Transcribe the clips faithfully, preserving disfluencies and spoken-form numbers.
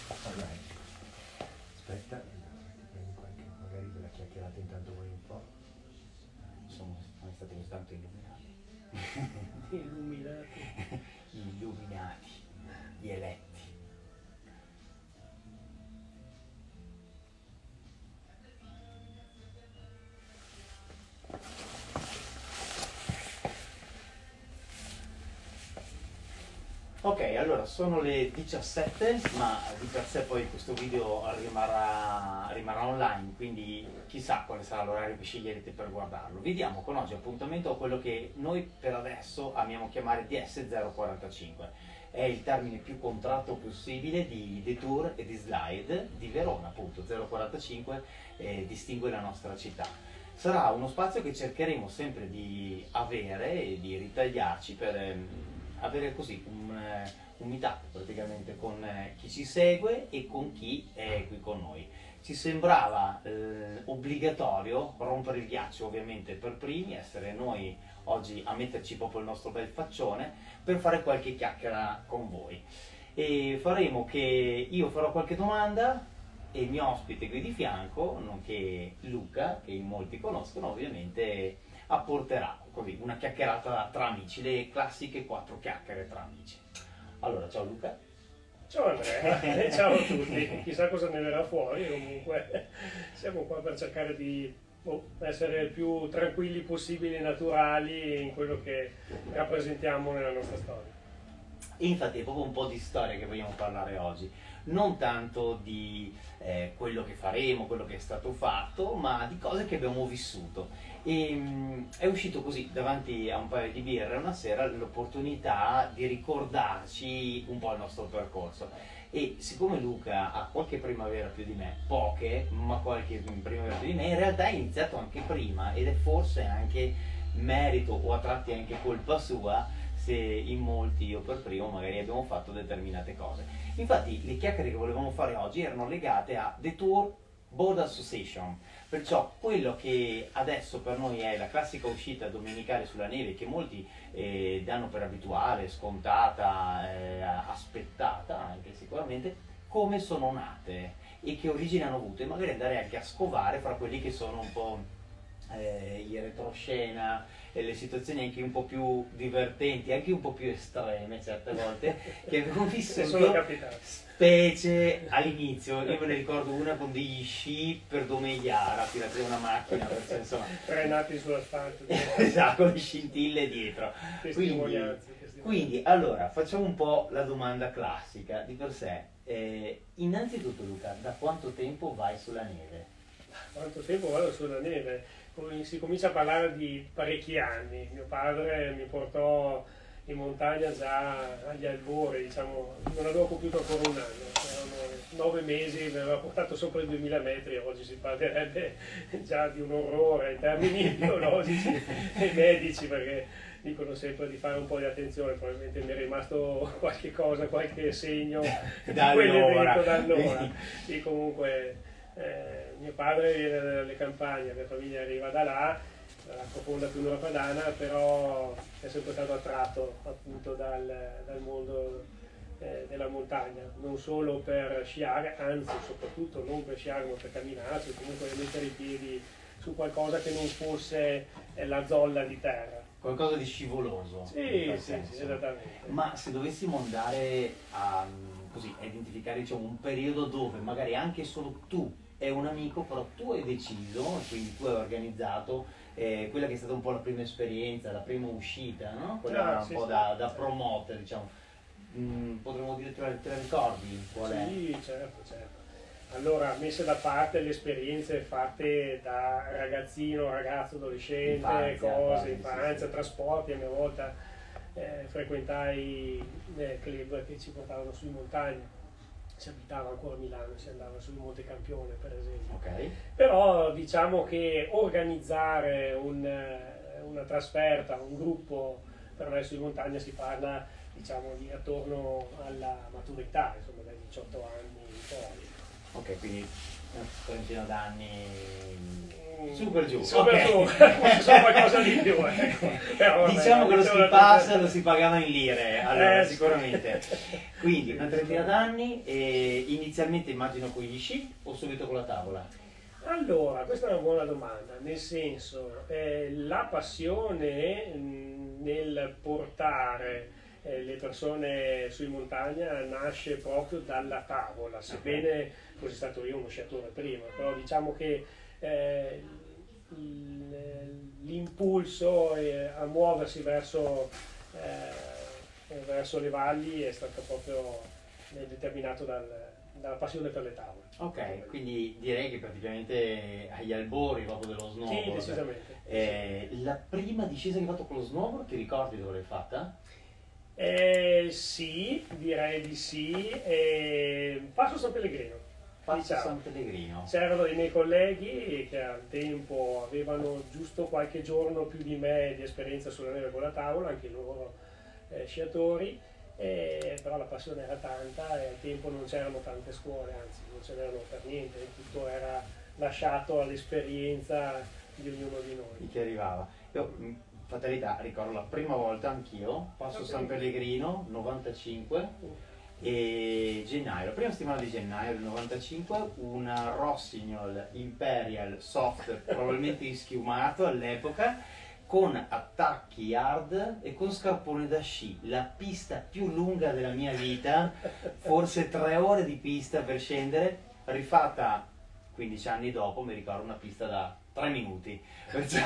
Allora, aspetta, prendi qualche, magari ve la chiacchierate intanto voi un po'. Insomma, siamo stati così tanto illuminati. Illuminati. Illuminati, gli eletti. Ok, allora sono le diciassette, ma di per sé poi questo video rimarrà, rimarrà online, quindi chissà quale sarà l'orario che sceglierete per guardarlo. Vi diamo con oggi appuntamento a quello che noi per adesso amiamo chiamare D S zero quarantacinque. È il termine più contratto possibile di detour e di slide di Verona, appunto. zero quarantacinque eh, distingue la nostra città. Sarà uno spazio che cercheremo sempre di avere e di ritagliarci per ehm, avere così un, eh, un meetup praticamente con eh, chi ci segue e con chi è qui con noi. Ci sembrava eh, obbligatorio rompere il ghiaccio ovviamente per primi, essere noi oggi a metterci proprio il nostro bel faccione per fare qualche chiacchiera con voi. E faremo che io farò qualche domanda e il mio ospite qui di fianco, nonché Luca, che in molti conoscono ovviamente, apporterà così una chiacchierata tra amici, le classiche quattro chiacchiere tra amici. Allora, ciao Luca. Ciao Andrea, ciao a tutti, chissà cosa ne verrà fuori, comunque siamo qua per cercare di oh, essere il più tranquilli possibili e naturali in quello che rappresentiamo nella nostra storia. Infatti è proprio un po' di storia che vogliamo parlare oggi, non tanto di eh, quello che faremo, quello che è stato fatto, ma di cose che abbiamo vissuto. E, mh, è uscito così davanti a un paio di birre una sera l'opportunità di ricordarci un po' il nostro percorso. E siccome Luca ha qualche primavera più di me, poche, ma qualche primavera più di me, in realtà è iniziato anche prima ed è forse anche merito o a tratti anche colpa sua se in molti, io per primo, magari abbiamo fatto determinate cose. Infatti le chiacchiere che volevamo fare oggi erano legate a Detour Board Association, perciò quello che adesso per noi è la classica uscita domenicale sulla neve, che molti eh, danno per abituale, scontata, eh, aspettata anche sicuramente, come sono nate e che origine hanno avuto, e magari andare anche a scovare fra quelli che sono un po' eh, i retroscena e le situazioni anche un po' più divertenti, anche un po' più estreme certe volte, che abbiamo vissuto, specie all'inizio. Io me ne ricordo una con degli sci per Domeiara, tirate una macchina, perché, insomma, frenati sull'asfalto. Esatto, con le scintille dietro. Quindi, quindi, allora, facciamo un po' la domanda classica di per sé. Eh, innanzitutto Luca, da quanto tempo vai sulla neve? Quanto tempo vado sulla neve? Si comincia a parlare di parecchi anni. Mio padre mi portò in montagna già agli albori, diciamo, non avevo compiuto ancora un anno, erano nove mesi, mi aveva portato sopra i duemila metri, oggi si parlerebbe già di un orrore in termini biologici e medici, perché dicono sempre di fare un po' di attenzione, probabilmente mi è rimasto qualche cosa, qualche segno di quell'evento da allora. E comunque eh, mio padre viene dalle campagne, la mia famiglia arriva da là, la profonda pianura padana, però è sempre stato attratto appunto dal, dal mondo eh, della montagna, non solo per sciare, anzi soprattutto non per sciare ma per camminarci, comunque mettere i piedi su qualcosa che non fosse eh, la zolla di terra. Qualcosa di scivoloso. Sì, sì, sì, esattamente. Ma se dovessimo andare a, così, a identificare, diciamo, un periodo dove magari anche solo tu e un amico, però tu hai deciso, quindi tu hai organizzato eh, quella che è stata un po' la prima esperienza, la prima uscita, no? Quella Ah, un sì, po' sì, da, da certo. promoter, diciamo. Mm, potremmo dire, te la, te la ricordi qual è? Sì, certo, certo. Allora, messe da parte le esperienze fatte da ragazzino, ragazzo, adolescente, Infanzia, cose, quasi, infanzia, sì, sì. trasporti, a mia volta eh, frequentai eh, club che ci portavano su in montagna. Si abitava ancora a Milano, si andava sul Monte Campione per esempio. Okay. Però diciamo che organizzare un, una trasferta, un gruppo per andare su in montagna si parla, diciamo, di attorno alla maturità, insomma dai diciotto anni in poi. Ok, quindi una trentina d'anni. Mm, Su per giù. Su per Ok. giù, forse solo qualcosa di più. Ecco. Però, vabbè, Diciamo che lo diciamo ski pass lo si pagava in lire, allora Eh, sì. sicuramente. Quindi una trentina d'anni, e inizialmente immagino con gli sci o subito con la tavola? Allora, questa è una buona domanda, nel senso, eh, la passione mh, nel portare eh, le persone su in montagna nasce proprio dalla tavola, sebbene fossi stato io uno sciatore prima, però diciamo che eh, il- l'impulso eh, a muoversi verso, eh, verso le valli è stato proprio eh, determinato dal- dalla passione per le tavole. Ok, quindi direi che praticamente agli albori proprio dello Sì, snowboard. decisamente. Eh, la prima discesa che hai fatto con lo snowboard, ti ricordi dove l'hai fatta? Eh, sì, direi di sì. Eh, Passo San Pellegrino. Passo diciamo. San Pellegrino. C'erano dei miei colleghi che al tempo avevano giusto qualche giorno più di me di esperienza sulla neve con la tavola, anche loro eh, sciatori, eh, però la passione era tanta e al tempo non c'erano tante scuole, anzi non ce n'erano per niente, tutto era lasciato all'esperienza di ognuno di noi. Chi arrivava? Io, mh, fatalità, ricordo la prima volta anch'io, Passo Ok. San Pellegrino, novantacinque, e gennaio, la prima settimana di gennaio del novantacinque, una Rossignol Imperial Soft, probabilmente ischiumato all'epoca, con attacchi hard e con scarpone da sci, la pista più lunga della mia vita, forse tre ore di pista per scendere, rifatta quindici anni dopo, mi ricordo una pista da tre minuti, perciò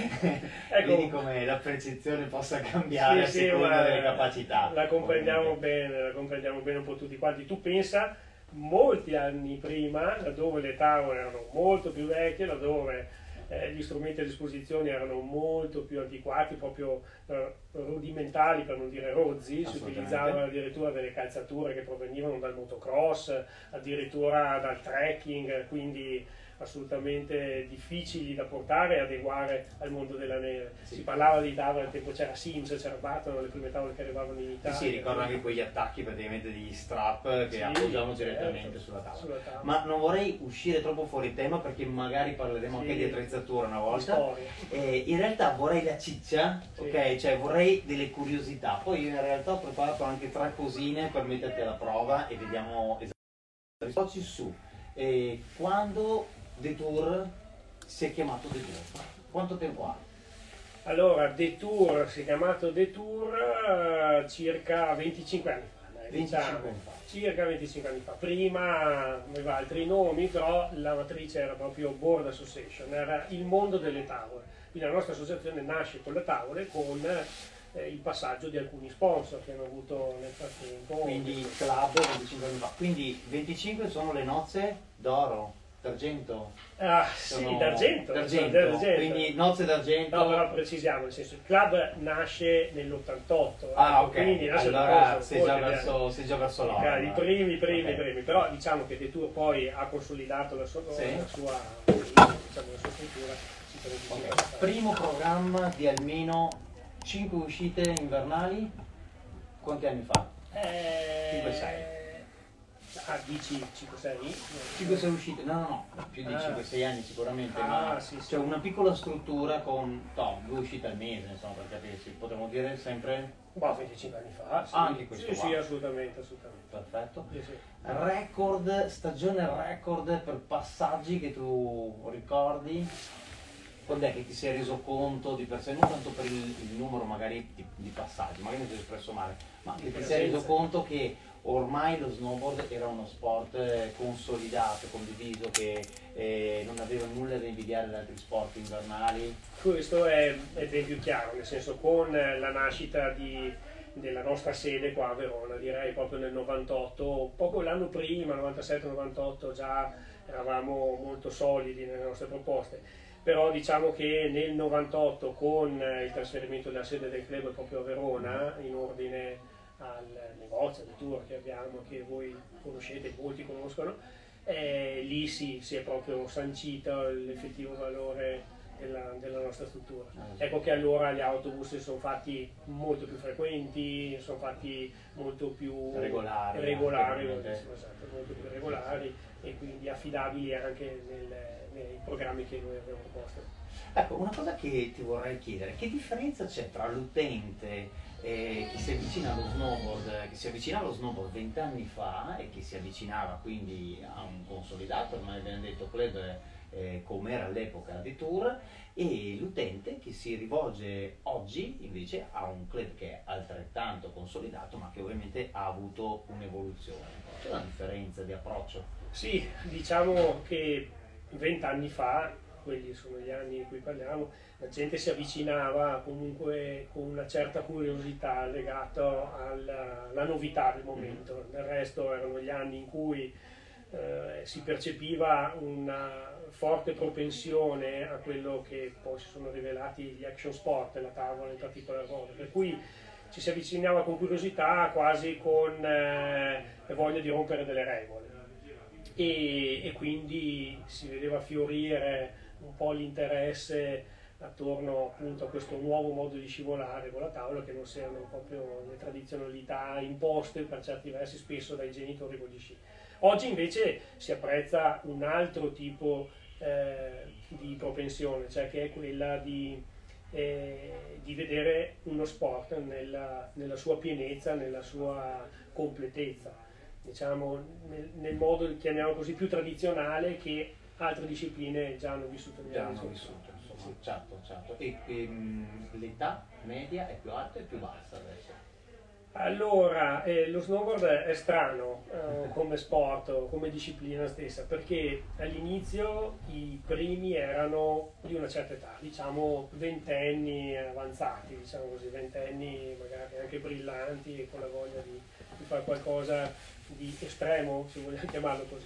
Ecco. vedi come la percezione possa cambiare Sì, a sì, seconda ma delle capacità. La comprendiamo ovviamente. bene, la comprendiamo bene un po' tutti quanti. Tu pensa, molti anni prima, laddove le tavole erano molto più vecchie, laddove eh, gli strumenti a disposizione erano molto più antiquati, proprio eh, rudimentali per non dire rozzi, si Assolutamente. utilizzavano addirittura delle calzature che provenivano dal motocross, addirittura dal trekking, quindi assolutamente difficili da portare e adeguare al mondo della neve. Sì. Si parlava di tavole, al tempo c'era Sims, c'era Barton, le prime tavole che arrivavano in Sì, Italia. sì, ricordo anche quegli attacchi praticamente degli strap che Sì, appoggiavano certo, direttamente sulla tavola. sulla tavola. Ma non vorrei uscire troppo fuori tema perché magari parleremo Sì. anche di attrezzatura una volta. Storia. Eh, in realtà vorrei la ciccia, Sì. ok? Cioè vorrei delle curiosità. Poi io in realtà ho preparato anche tre cosine per metterti alla prova e vediamo esattamente. Rispoci su eh, quando Detour si è chiamato Detour. Quanto tempo ha? Allora, Detour, si è chiamato Detour eh, circa venticinque anni fa. dai, venticinque diciamo. anni fa. Circa venticinque anni fa. Prima aveva altri nomi, però la matrice era proprio Board Association, era il mondo delle tavole. Quindi la nostra associazione nasce con le tavole, con eh, il passaggio di alcuni sponsor che hanno avuto nel frattempo. Quindi il club venticinque anni fa. Quindi venticinque sono le nozze d'oro, d'argento. Ah, sì, Sono- d'argento. d'argento. d'argento. Quindi nozze d'argento. No, però precisiamo, nel senso, il club nasce nell'ottantotto. Ah, ok. Quindi adesso Allora non sei posso- già molti verso, sei già verso l'oro. anni. I primi, i primi, Ok. i primi. Però diciamo che Detour poi ha consolidato la sua, Sì. la sua, diciamo, la sua struttura. si può Ok. dire. Primo programma di almeno cinque uscite invernali. Quanti anni fa? Eh, cinque sei. Ah, dici cinque sei? cinque sei uscite? No, no, no, più di Ah. cinque sei anni sicuramente, Ah, ma sì, sì. c'è una piccola struttura con no, due uscite al mese, insomma, per capirsi. Potremmo dire sempre Boh, venticinque anni fa. Sì. Ah, anche questo Sì, qua. sì, assolutamente, assolutamente. perfetto. Sì, sì. Record, stagione record per passaggi che tu ricordi? Quando è che ti sei reso conto di per sé, non tanto per il, il numero magari di, di passaggi, magari mi sono espresso male, ma che ti sei reso conto che ormai lo snowboard era uno sport eh, consolidato, condiviso, che eh, non aveva nulla da invidiare da altri sport invernali? Questo è, è ben più chiaro, nel senso con la nascita di, della nostra sede qua a Verona, direi proprio nel novantotto, poco l'anno prima, novantasette novantotto, già eravamo molto solidi nelle nostre proposte. Però diciamo che nel novantotto con il trasferimento della sede del club proprio a Verona, in ordine al negozio, al tour che abbiamo, che voi conoscete, molti conoscono, eh, lì sì, si è proprio sancito l'effettivo valore della, della nostra struttura. Ah, sì. Ecco che allora gli autobus sono fatti molto più frequenti, sono fatti molto più regolari, regolari anche, esatto, molto più regolari e quindi affidabili anche nel, nei programmi che noi abbiamo proposto. Ecco, una cosa che ti vorrei chiedere, che differenza c'è tra l'utente eh, che si avvicina allo snowboard, che si avvicinava allo snowboard vent'anni fa e che si avvicinava quindi a un consolidato, ormai abbiamo detto club eh, come era all'epoca di Tour, e l'utente che si rivolge oggi invece a un club che è altrettanto consolidato ma che ovviamente ha avuto un'evoluzione. C'è una differenza di approccio? Sì, diciamo che vent'anni fa, quelli sono gli anni in cui parliamo, la gente si avvicinava comunque con una certa curiosità legata alla, alla novità del momento. Del resto erano gli anni in cui eh, si percepiva una forte propensione a quello che poi si sono rivelati gli action sport, la tavola in particolar modo, per cui ci si avvicinava con curiosità, quasi con eh, voglia di rompere delle regole. E, e quindi si vedeva fiorire un po' l'interesse attorno appunto a questo nuovo modo di scivolare con la tavola, che non siano proprio le tradizionalità imposte per certi versi spesso dai genitori con gli sci. Oggi invece si apprezza un altro tipo eh, di propensione, cioè che è quella di, eh, di vedere uno sport nella, nella sua pienezza, nella sua completezza, diciamo nel, nel modo, chiamiamolo così, più tradizionale che altre discipline già hanno vissuto negli Già anni. hanno vissuto, insomma, sì. certo, certo. E, e l'età media è più alta e più bassa adesso? Allora, eh, lo snowboard è strano eh, come sport, come disciplina stessa, perché all'inizio i primi erano di una certa età, diciamo ventenni avanzati, diciamo così, ventenni magari anche brillanti e con la voglia di, di fare qualcosa di estremo, se vogliamo chiamarlo così.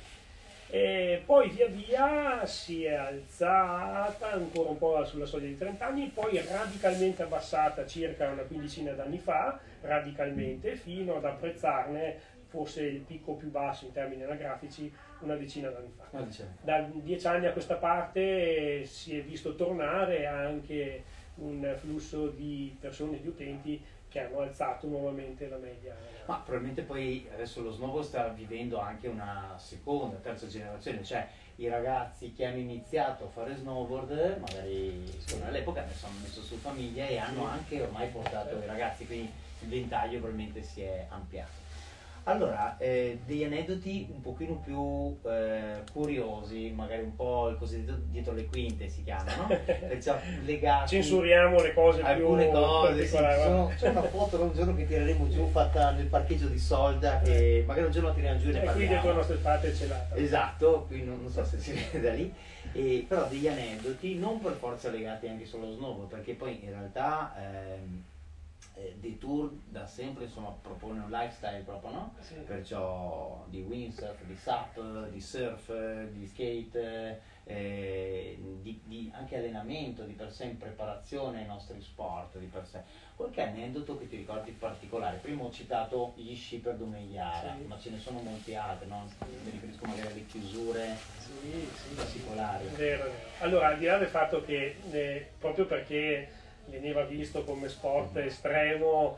E poi via via si è alzata ancora un po' sulla soglia di trenta anni, poi radicalmente abbassata circa una quindicina d'anni fa, radicalmente, fino ad apprezzarne forse il picco più basso in termini anagrafici una decina d'anni fa. Ah, diciamo. Da dieci anni a questa parte si è visto tornare anche un flusso di persone, di utenti che hanno alzato nuovamente la media. Ma probabilmente poi adesso lo snowboard sta vivendo anche una seconda, terza generazione, cioè i ragazzi che hanno iniziato a fare snowboard, magari sono all'epoca, ne sono messo su famiglia e hanno anche ormai portato i ragazzi, quindi il ventaglio probabilmente si è ampliato. Allora, eh, degli aneddoti un pochino più eh, curiosi, magari un po' il cosiddetto dietro le quinte si chiama, no? Perciò legati... Censuriamo le cose alcune più cose, sì, particolari. sono- c'è una foto un giorno che tireremo giù fatta nel parcheggio di Solda, che magari un giorno la tiriamo giù e ne E qui parliamo. dietro le nostre spalle c'è l'altra. Esatto, qui non, non so se si vede da lì, e, però degli aneddoti non per forza legati anche solo allo snowboard, perché poi in realtà ehm, eh, Detour da sempre insomma propone un lifestyle proprio, no? Sì. Perciò di windsurf, di sup, di surf, di skate, eh, di, di anche allenamento di per sé, in preparazione ai nostri sport di per sé. Qualche aneddoto che ti ricordi particolare? Prima ho citato gli sci per Dumegliara, Sì. ma ce ne sono molti altri, no? Mi riferisco magari alle chiusure Sì, sì, particolari. vero, vero. Allora, al di là del fatto che eh, proprio perché veniva visto come sport estremo,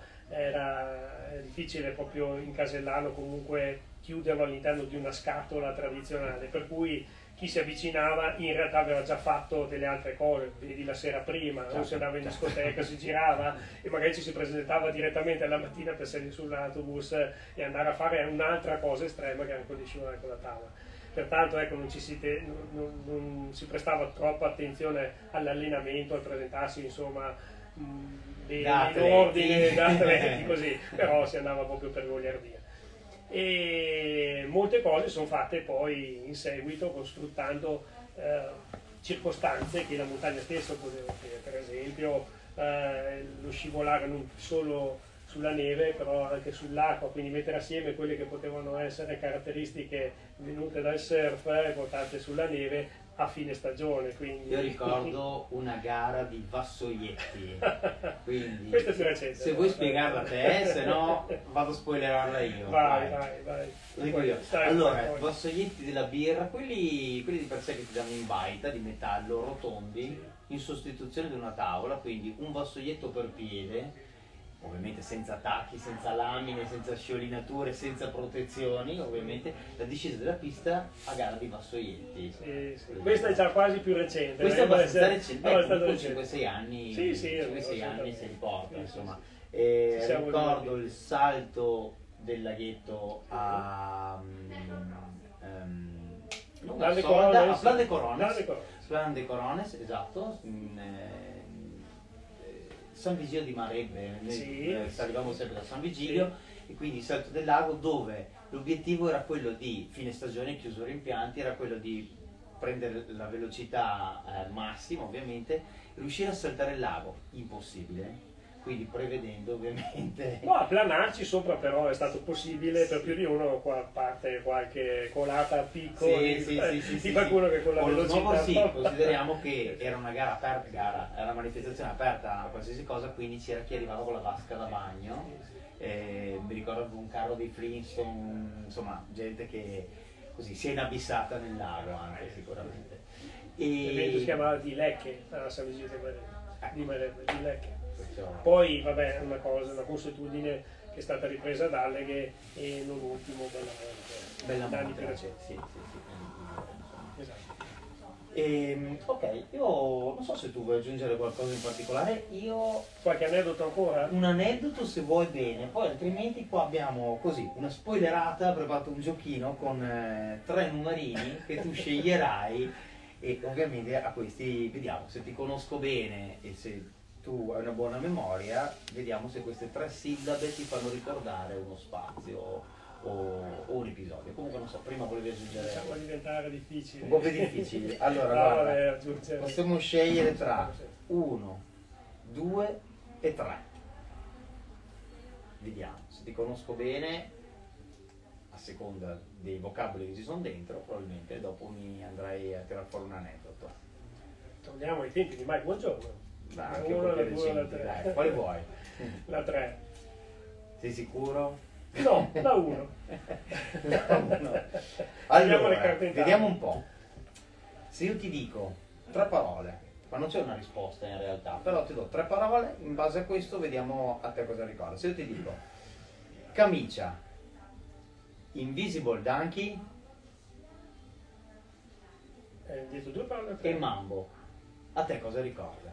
era difficile proprio incasellarlo, comunque chiuderlo all'interno di una scatola tradizionale, per cui chi si avvicinava in realtà aveva già fatto delle altre cose, vedi la sera prima, o si andava in discoteca, si girava e magari ci si presentava direttamente alla mattina per salire sull'autobus e andare a fare un'altra cosa estrema che era quello di scivolare con la tavola. Pertanto ecco, non, ci si te, non, non si prestava troppa attenzione all'allenamento, al presentarsi insomma mh, in ordine da atleti così, però si andava proprio per goliardia. E molte cose sono fatte poi in seguito sfruttando eh, circostanze che la montagna stessa poteva offrire, per esempio eh, lo scivolare non solo sulla neve però anche sull'acqua, quindi mettere assieme quelle che potevano essere caratteristiche venute dal surf e portate sulla neve a fine stagione. Quindi... Io ricordo una gara di vassoietti, quindi questo è più recente, se no? vuoi spiegarla a te, se no vado a spoilerarla io. Vai, vai, vai. Lo dico io. Allora, vassoietti della birra, quelli, quelli di per sé che ti danno in baita, di metallo, rotondi, in sostituzione di una tavola, quindi un vassoietto per piede, ovviamente senza tacchi, senza lamine, senza sciolinature, senza protezioni, ovviamente la discesa della pista a gara di vassoietti. Sì, sì. Questa è già quasi più recente. Questa è abbastanza recente, no, beh, è stato comunque cinque sei anni, sì, sì, cinque sei anni si riporta, sì, insomma. sì, sì. E ricordo il salto del laghetto a... Um, um, Plan de Sonda, a Corones. Plan de Corones, Plan de Corones. Plan de Corones, esatto, in, eh, San Vigilio di Marebbe, noi Sì. eh, salivamo sempre da San Vigilio, Sì. e quindi il salto del lago, dove l'obiettivo era quello di, fine stagione, chiusura impianti, era quello di prendere la velocità eh, massima ovviamente, riuscire a saltare il lago, impossibile, quindi prevedendo ovviamente... No, a planarci sopra però è stato possibile, per più di uno, qua, a parte qualche colata a picco sì, di, sì, sì, sì, di sì, qualcuno sì. che con la Con lo velocità... snowboard sì, consideriamo che era una gara aperta, gara, era una manifestazione aperta a qualsiasi cosa, quindi c'era chi arrivava con la vasca da bagno, eh, mi ricordo un carro dei Flintstone, insomma gente che così si è inabissata nel lago anche sicuramente. L'evento E... si chiamava di Lecche, a San Vigilio di Marebbe, di Marebbe, di Lecche. Poi, Poi, vabbè, una cosa, una consuetudine che è stata ripresa da Alleghe e non ultimo Bella Monte, Monte, sì, sì, sì, sì. esatto. E, ok, io non so se tu vuoi aggiungere qualcosa in particolare, io Qualche aneddoto ancora? un aneddoto se vuoi bene, poi altrimenti qua abbiamo così una spoilerata, ho preparato un giochino con eh, tre numerini che tu sceglierai e ovviamente a questi vediamo se ti conosco bene e se tu hai una buona memoria, vediamo se queste tre sillabe ti fanno ricordare uno spazio o, o un episodio. Comunque non so, prima volevi aggiungere... Può diventare difficile. Un po' più difficile. Allora, no, guarda, vabbè, aggiungere. possiamo scegliere tra uno, due e tre. Vediamo, se ti conosco bene, a seconda dei vocaboli che ci sono dentro, probabilmente dopo mi andrai a tirare fuori un aneddoto. Torniamo ai tempi di Mike, buongiorno. Dai, La anche uno, un po' la più due, la recenti, tre. dai, quale vuoi? La tre. Sei sicuro? No, la uno. La uno. Vediamo le Allora, carte in vediamo tavola. un po'. Se io ti dico tre parole, ma non c'è una risposta in realtà, però ti do tre parole, in base a questo vediamo a te cosa ricorda. Se io ti dico camicia, Invisible Donkey Eh, dietro due parole e Mambo, a te cosa ricorda?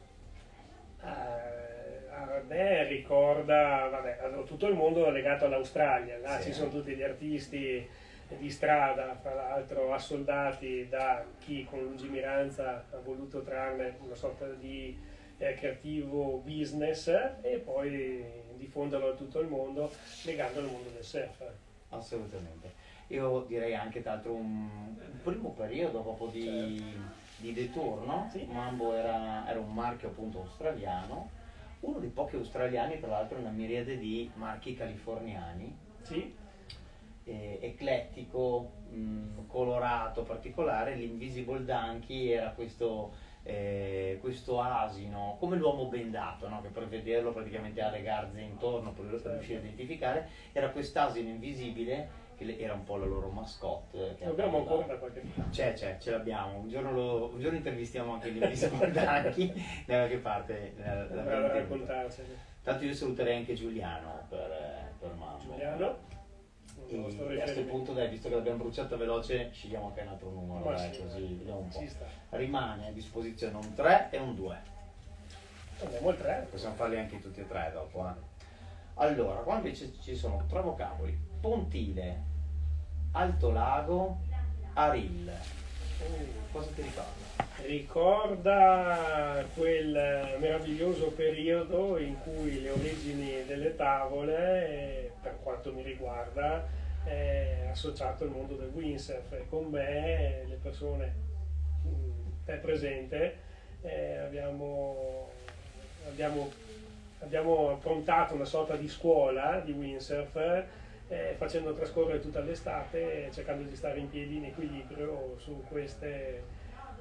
Eh, a me ricorda, vabbè, allora, tutto il mondo è legato all'Australia, là Sì. ci sono tutti gli artisti di strada, fra l'altro assoldati da chi con lungimiranza ha voluto trarne una sorta di eh, creativo business e poi diffonderlo a tutto il mondo legando al mondo del surf. Assolutamente. Io direi anche tra l'altro un, un primo periodo proprio di, di detour, no? Sì. Mambo era, era un marchio appunto australiano, uno dei pochi australiani tra l'altro in una miriade di marchi californiani, Sì, eh, eclettico, mh, colorato, particolare. L'Invisible Donkey era questo, eh, questo asino, come l'uomo bendato, no? Che per vederlo praticamente ha le garze intorno per riuscire a identificare, era quest'asino invisibile che le- era un po' la loro mascotte. Che lo abbiamo aveva- ancora da qualche parte. C'è, c'è, ce l'abbiamo. Un giorno, lo, un giorno intervistiamo anche l'Invisible Donkey, da qualche parte eh, Per l'abbiamo tenuto. raccontarcene. Tanto io saluterei anche Giuliano per, eh, per Mambo. Giuliano, E il nostro a questo riferimento. punto, dai, visto che l'abbiamo bruciata veloce, scegliamo anche un altro numero, Ma dai, sì, così vediamo un po'. ci sta. Rimane a disposizione un tre e un due. Andiamo al tre. Possiamo farli anche tutti e tre dopo. Eh. Allora, qua invece ci sono tre vocaboli: pontile, alto lago, Aril. Cosa ti ricorda? Ricorda quel meraviglioso periodo in cui le origini delle tavole, eh, per quanto mi riguarda, è associato al mondo del windsurf e con me le persone, mh, te presente, eh, abbiamo, abbiamo, abbiamo approntato una sorta di scuola di windsurf, eh, facendo trascorrere tutta l'estate, cercando di stare in piedi in equilibrio su queste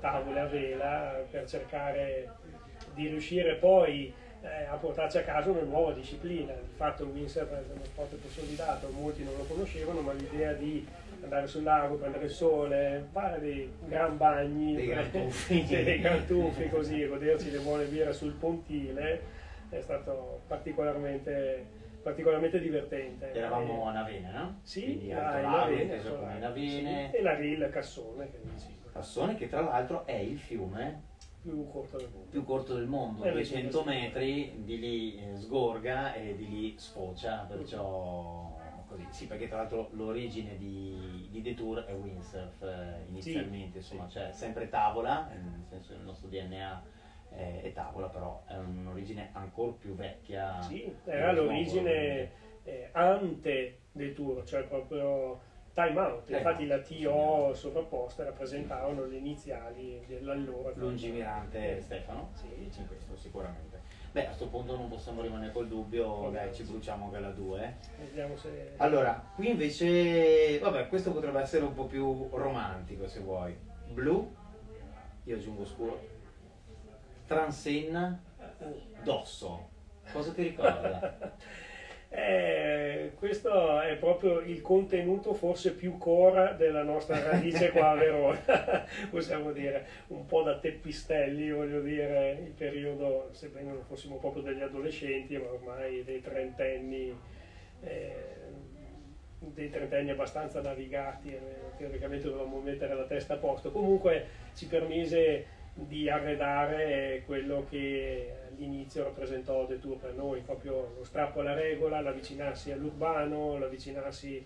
tavole a vela per cercare di riuscire poi eh, a portarci a casa una nuova disciplina. Di fatto il windsurf è uno sport consolidato, molti non lo conoscevano, ma l'idea di andare sul lago, prendere il sole, fare dei gran bagni, dei gran tuffi, cioè, dei gran tuffi così, goderci le buone birre sul pontile, è stato particolarmente, particolarmente divertente. Eravamo a Navene, no? Sì, quindi là, Alto in Lago, Navene, inteso come là, Navene. sì, e la Ril Cassone, che dici, Cassone, che tra l'altro è il fiume più corto del mondo. più corto del mondo, Eh, duecento sì, metri, di lì eh, sgorga e di lì sfocia, perciò così. Sì, perché tra l'altro l'origine di, di Detour è windsurf eh, inizialmente, Sì, insomma, sì. cioè sempre tavola, eh, nel senso che il nostro D N A è, è tavola, però è un'origine ancora più vecchia. Sì, era l'origine eh, ante Detour, cioè proprio time out. Eh, Infatti la T O sovrapposta rappresentavano le iniziali dell'allora. Lungimirante Stefano, Sì, in questo sicuramente. Beh, a questo punto non possiamo rimanere col dubbio, dai, ci bruciamo anche la due. Vediamo se... Allora, qui invece, vabbè, questo potrebbe essere un po' più romantico se vuoi. Blu, io aggiungo scuro. Transenna, Dosso. Cosa ti ricorda? Eh, questo è proprio il contenuto forse più core della nostra radice qua a Verona, possiamo dire, un po' da teppistelli, voglio dire, il periodo, sebbene non fossimo proprio degli adolescenti, ma ormai dei trentenni, eh, dei trentenni abbastanza navigati, eh, teoricamente dovevamo mettere la testa a posto, comunque ci permise di arredare quello che all'inizio rappresentò Detour per noi, proprio lo strappo alla regola, l'avvicinarsi all'urbano, l'avvicinarsi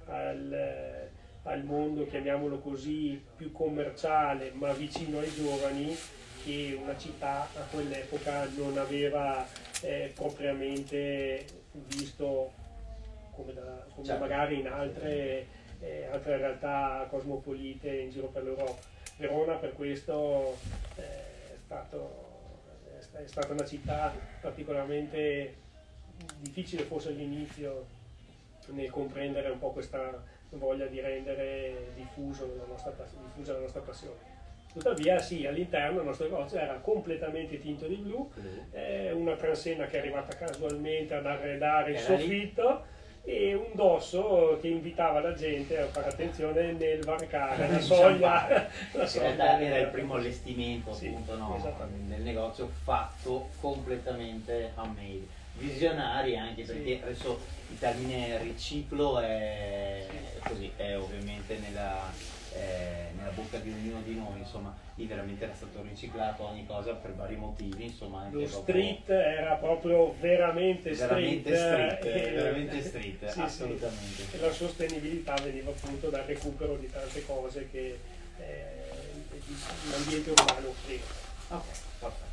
al, al mondo, chiamiamolo così, più commerciale ma vicino ai giovani, che una città a quell'epoca non aveva eh, propriamente visto come, da, come certo. magari in altre, eh, altre realtà cosmopolite in giro per l'Europa. Verona per questo eh, è, stato, è stata una città particolarmente difficile forse all'inizio nel comprendere un po' questa voglia di rendere diffuso la nostra, diffusa la nostra passione. Tuttavia sì, all'interno il nostro negozio era completamente tinto di blu, eh, una transenna che è arrivata casualmente ad arredare il soffitto e un dosso che invitava la gente a fare attenzione nel varcare la soglia. La soglia in realtà era il primo allestimento sì, appunto, no, del negozio fatto completamente handmade. Visionari anche perché sì. Adesso il termine riciclo è così, è ovviamente nella, eh, nella bocca di ognuno di noi, insomma, lì veramente era stato riciclato ogni cosa per vari motivi, insomma. Anche lo street proprio, era proprio veramente street, veramente street, e, veramente street sì, assolutamente. Sì. E la sostenibilità veniva appunto dal recupero di tante cose che eh, l'ambiente urbano offriva. Ok, perfetto.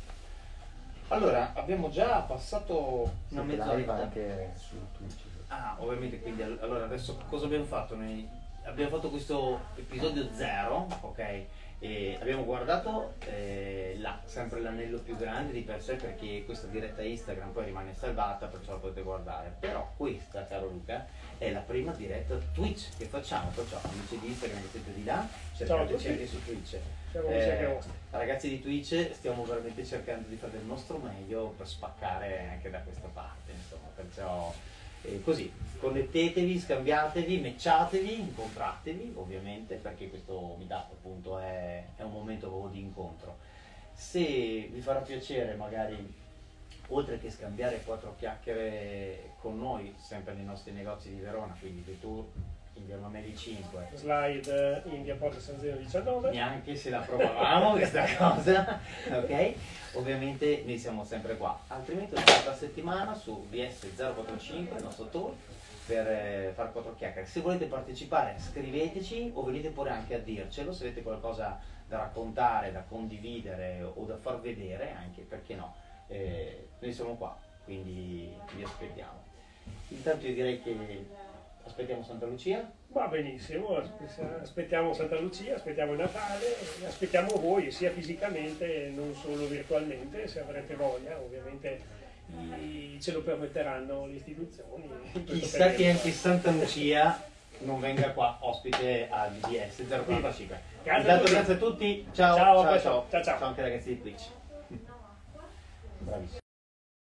Allora, abbiamo già passato una mezz'ora anche su Twitch. Ah, ovviamente, quindi allora adesso cosa abbiamo fatto? Noi abbiamo fatto questo episodio zero, ok? E abbiamo guardato eh, là, sempre l'anello più grande di per sé, perché questa diretta Instagram poi rimane salvata, perciò la potete guardare. Però questa, caro Luca, è la prima diretta Twitch che facciamo, perciò amici di Instagram che siete di là, cercateci anche su Twitch. Eh, ragazzi di Twitch, stiamo veramente cercando di fare il nostro meglio per spaccare anche da questa parte, insomma, perciò eh, così, connettetevi, scambiatevi, matchatevi, incontratevi ovviamente, perché questo meetup appunto è, è un momento proprio di incontro. Se vi farà piacere magari, oltre che scambiare quattro chiacchiere con noi, sempre nei nostri negozi di Verona, quindi Detour, in via Mameli cinque, slide in via Porta San Zeno diciannove, neanche se la provavamo questa cosa, ok? Ovviamente noi siamo sempre qua, altrimenti questa settimana su V S zero quattro cinque, il nostro tour, per eh, fare quattro chiacchiere. Se volete partecipare scriveteci o venite pure anche a dircelo, se avete qualcosa da raccontare, da condividere o da far vedere, anche perché no, eh, noi siamo qua, quindi vi aspettiamo. Intanto io direi che aspettiamo Santa Lucia. Va benissimo, aspettiamo Santa Lucia, aspettiamo il Natale, aspettiamo voi sia fisicamente non solo virtualmente, se avrete voglia, ovviamente i, ce lo permetteranno le istituzioni. Chissà che anche Santa Lucia non venga qua ospite a D D S zero quarantacinque. Grazie Intanto a tutti. grazie a tutti, ciao, Ciao, ciao, ciao, ciao, ciao, ciao. ciao anche ragazzi di Twitch. Bravissimo.